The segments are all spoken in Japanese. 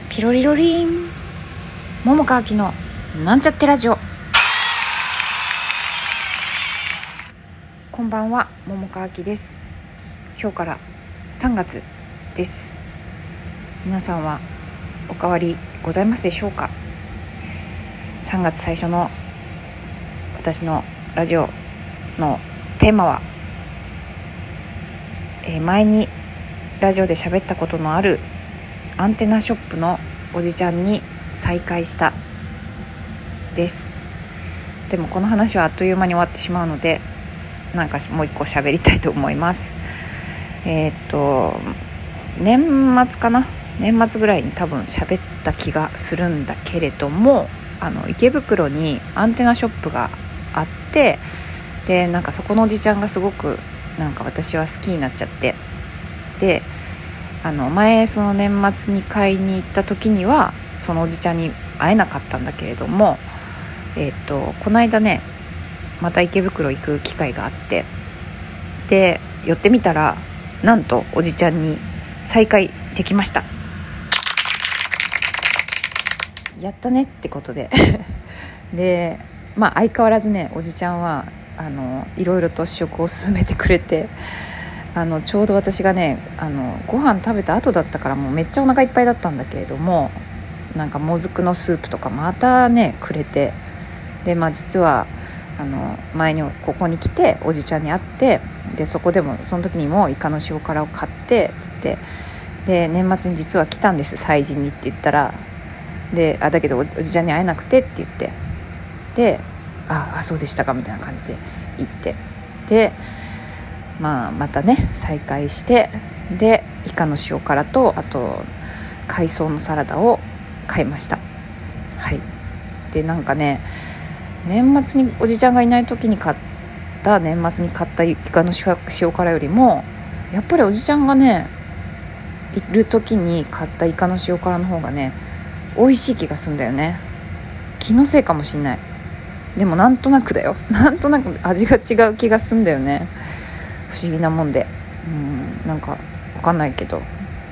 ピロリロリン、桃川きのなんちゃってラジオ。こんばんは、桃川きです。今日から3月です。皆さんはお変わりございますでしょうか。3月最初の私のラジオのテーマは、前にラジオで喋ったことのあるアンテナショップのおじちゃんに再会したです。でもこの話はあっという間に終わってしまうので、なんかもう一個喋りたいと思います。年末かな、年末ぐらいに多分喋った気がするんだけれども、池袋にアンテナショップがあって、でなんかそこのおじちゃんがすごくなんか私は好きになっちゃって、で前その年末に買いに行った時にはそのおじちゃんに会えなかったんだけれども、この間ねまた池袋行く機会があって、で寄ってみたらなんとおじちゃんに再会できました。やったねってことでで相変わらずねおじちゃんはいろいろと試食を勧めてくれて、ちょうど私がねご飯食べた後だったからもうめっちゃお腹いっぱいだったんだけれども、なんかもずくのスープとかまたねくれて、で実は前にここに来ておじちゃんに会って、でそこでもその時にもイカの塩辛を買ってで年末に実は来たんです祭事にって言ったら、でだけどおじちゃんに会えなくてって言って、でそうでしたかみたいな感じで言って、でまたね再会して、でイカの塩辛とあと海藻のサラダを買いました。はい。でなんかね年末におじちゃんがいない時に年末に買ったイカの塩辛よりもやっぱりおじちゃんがねいる時に買ったイカの塩辛の方がね美味しい気がするんだよね。気のせいかもしんない。でもなんとなくだよ、なんとなく味が違う気がするんだよね。不思議なもんで、なんかわかんないけど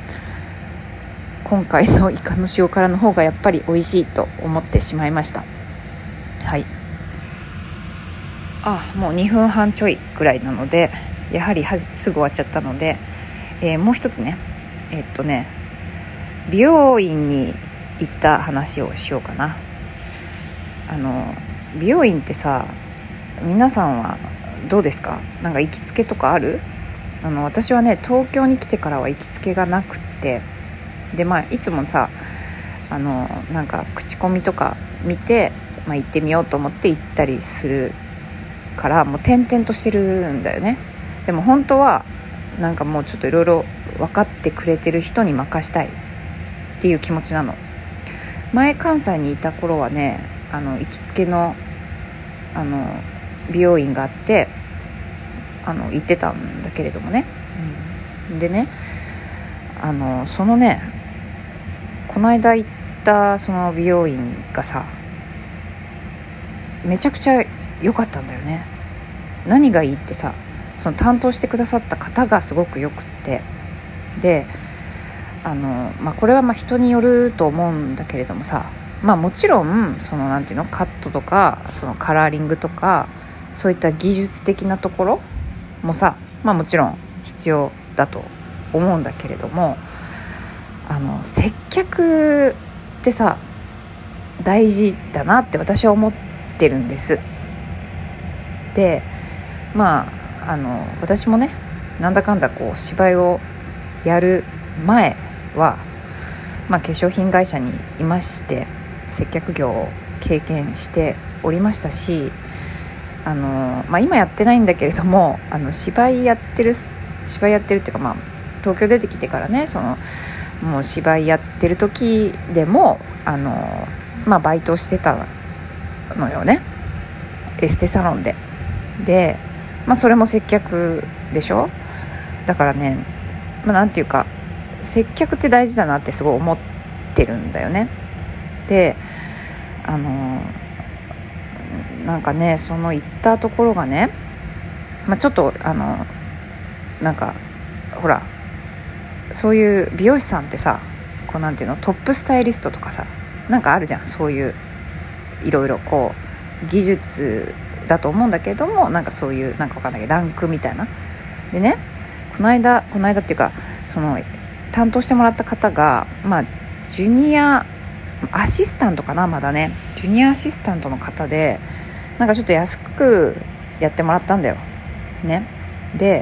今回のイカの塩辛の方がやっぱり美味しいと思ってしまいました。はい。もう2分半ちょいぐらいなので、やはりすぐ終わっちゃったので、もう一つね美容院に行った話をしようかな。美容院ってさ、皆さんはどうですか？なんか行きつけとかある？私はね東京に来てからは行きつけがなくって、でいつもさなんか口コミとか見て、行ってみようと思って行ったりするからもう転々としてるんだよね。でも本当はなんかもうちょっといろいろ分かってくれてる人に任したいっていう気持ちなの。前関西にいた頃はね行きつけの美容院があって行ってたんだけれどもね、でねそのねこの間行ったその美容院がさめちゃくちゃ良かったんだよね。何がいいってさ、その担当してくださった方がすごくよくって、でこれは人によると思うんだけれどもさ、もちろんそのなんていうのカットとかそのカラーリングとかそういった技術的なところもさ、もちろん必要だと思うんだけれども、接客ってさ大事だなって私は思ってるんです。で私もねなんだかんだ芝居をやる前は、化粧品会社にいまして接客業を経験しておりましたし、今やってないんだけれども芝居やってるっていうか、東京出てきてからねもう芝居やってる時でもバイトしてたのよね、エステサロンで。それも接客でしょ。だからねなんていうか接客って大事だなってすごい思ってるんだよね。でなんかねその行ったところがね、ちょっとなんかほらそういう美容師さんってさこうなんていうの、トップスタイリストとかさ、なんかあるじゃん、そういういろいろこう技術だと思うんだけども、なんかそういうなんかわかんないけどランクみたいなでね、この間っていうか、その担当してもらった方が、まあジュニアアシスタントかな、まだねジュニアアシスタントの方で、なんかちょっと安くやってもらったんだよね。で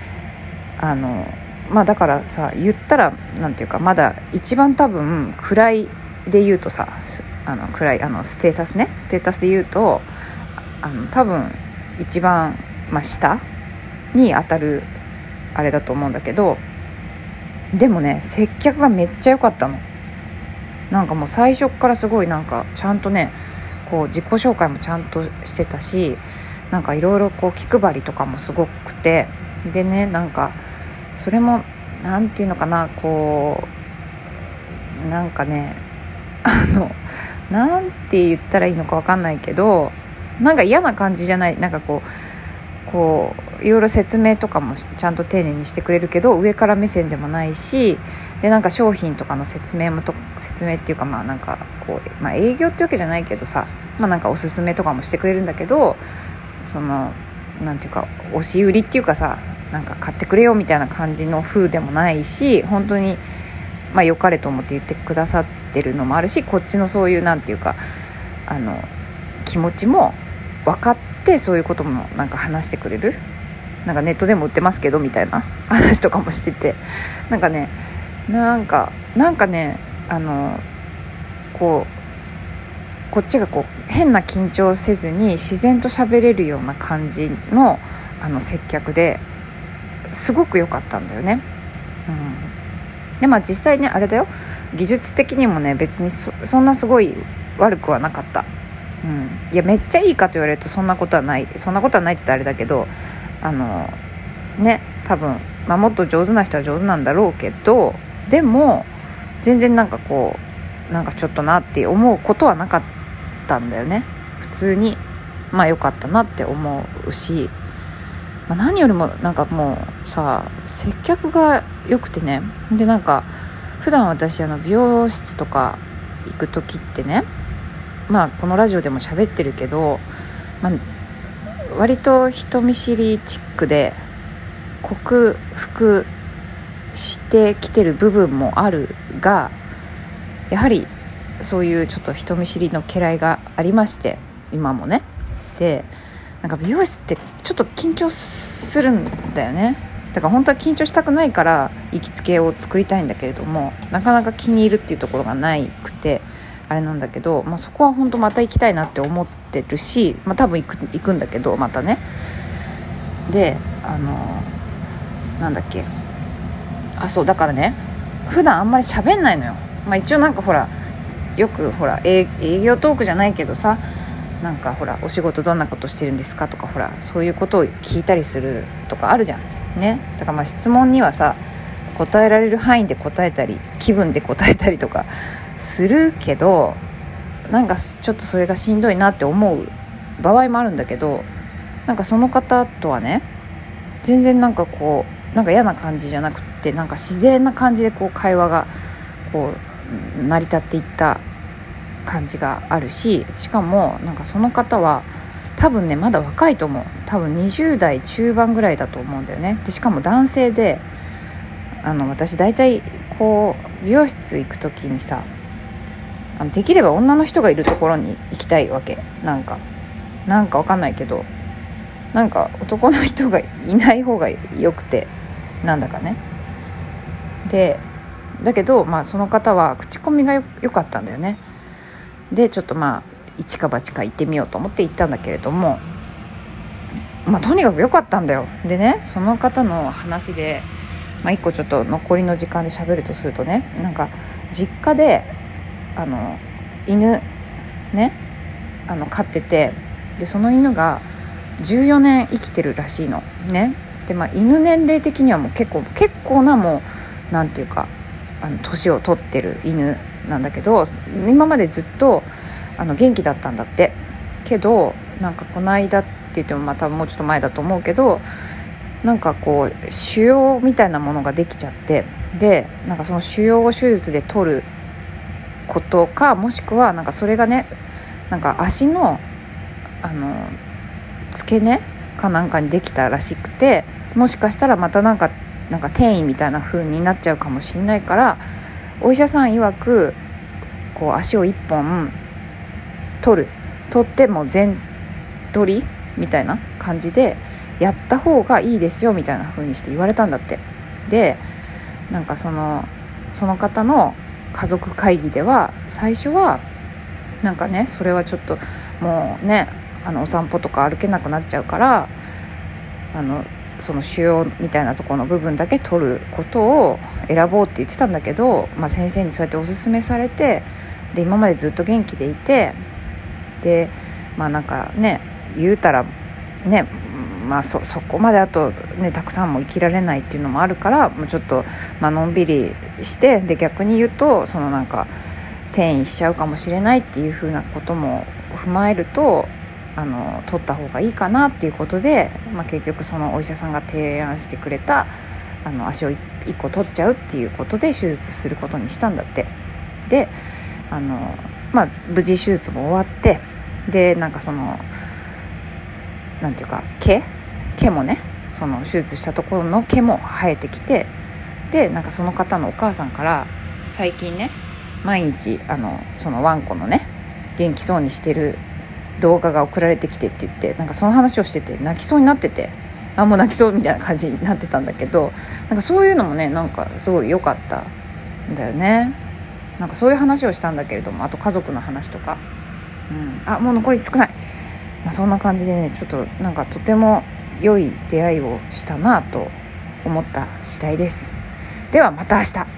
まあだからさ、言ったらなんていうか、まだ一番多分位で言うとさ、位ステータスで言うと多分一番、下に当たるあれだと思うんだけど、でもね接客がめっちゃ良かったの。なんかもう最初からすごいなんかちゃんとね、こう自己紹介もちゃんとしてたし、なんかいろいろこう気配りとかもすごくて、でね、なんかそれもなんていうのかな、こうなんかねなんて言ったらいいのか分かんないけど、なんか嫌な感じじゃない、なんかこういろいろ説明とかもちゃんと丁寧にしてくれるけど、上から目線でもないし、でなんか商品とかの説明っていうか、なんかこう、営業ってわけじゃないけどさ、なんかおすすめとかもしてくれるんだけど、そのなんていうか押し売りっていうかさ、なんか買ってくれよみたいな感じの風でもないし、本当に良かれと思って言ってくださってるのもあるし、こっちのそういうなんていうか気持ちも分かって、そういうこともなんか話してくれる、なんかネットでも売ってますけどみたいな話とかもしてて、なんかねこっちがこう変な緊張せずに自然と喋れるような感じの接客ですごく良かったんだよね。で実際ねあれだよ、技術的にもね別に そんなすごい悪くはなかった。いやめっちゃいいかと言われるとそんなことはないって言ったらあれだけど、多分、もっと上手な人は上手なんだろうけど、でも全然なんかこうなんかちょっとなって思うことはなかったんだよね。普通に良かったなって思うし、何よりもなんかもうさ、接客が良くてね。でなんか普段私美容室とか行く時ってね、このラジオでも喋ってるけど、割と人見知りチックで克服してきてる部分もあるが、やはりそういうちょっと人見知りの嫌いがありまして、今もね。でなんか美容室ってちょっと緊張するんだよね。だから本当は緊張したくないから行きつけを作りたいんだけれども、なかなか気に入るっていうところがないくてあれなんだけど、そこは本当また行きたいなって思ってるし、多分行くんだけどまたね。でなんだっけ、そうだからね、普段あんまり喋んないのよ。一応なんかほらよくほら営業トークじゃないけどさ、なんかほらお仕事どんなことしてるんですかとか、ほらそういうことを聞いたりするとかあるじゃんね。だから質問にはさ、答えられる範囲で答えたり気分で答えたりとかするけど、なんかちょっとそれがしんどいなって思う場合もあるんだけど、なんかその方とはね全然なんかこうなんか嫌な感じじゃなくって、なんか自然な感じでこう会話がこう成り立っていった感じがあるし、しかもなんかその方は多分ねまだ若いと思う。多分20代中盤ぐらいだと思うんだよね。でしかも男性で、私大体こう美容室行く時にさ、できれば女の人がいるところに行きたいわけ。なんかわかんないけど、なんか男の人がいない方がよくて、なんだかね。でだけどその方は口コミが良かったんだよね。でちょっと一か八か行ってみようと思って行ったんだけれども、とにかく良かったんだよ。でね、その方の話で、一個ちょっと残りの時間で喋るとするとね、なんか実家で犬ね飼ってて、でその犬が14年生きてるらしいのね。で犬年齢的にはもう結構なもうなんていうか年を取ってる犬なんだけど、今までずっと元気だったんだって。けどなんかこの間って言ってもまたもうちょっと前だと思うけど、なんかこう腫瘍みたいなものができちゃって、 でなんかその腫瘍を手術で取ることか、もしくはなんかそれがねなんか足の付け根かなんかにできたらしくて、もしかしたらまたなんか転移みたいな風になっちゃうかもしれないから、お医者さん曰くこう足を1本取っても全取りみたいな感じでやった方がいいですよみたいな風にして言われたんだって。でなんかその方の家族会議では最初はなんかね、それはちょっともうねお散歩とか歩けなくなっちゃうからその腫瘍みたいなところの部分だけ取ることを選ぼうって言ってたんだけど、先生にそうやっておすすめされて、で今までずっと元気でいて、でなんかね言うたらねそこまであとねたくさんも生きられないっていうのもあるから、もうちょっとのんびりして、で逆に言うとそのなんか転移しちゃうかもしれないっていう風なことも踏まえると取った方がいいかなっていうことで、結局そのお医者さんが提案してくれた足を1個取っちゃうっていうことで手術することにしたんだって。で無事手術も終わって、でなんかそのなんていうか毛もね、その手術したところの毛も生えてきて、でなんかその方のお母さんから最近ね毎日そのワンコのね元気そうにしてる動画が送られてきてって言って、なんかその話をしてて泣きそうになってて、もう泣きそうみたいな感じになってたんだけど、なんかそういうのもねなんかすごい良かったんだよね。なんかそういう話をしたんだけれども、あと家族の話とか、もう残り少ない、そんな感じでね、ちょっとなんかとても良い出会いをしたなと思った次第です。ではまた明日。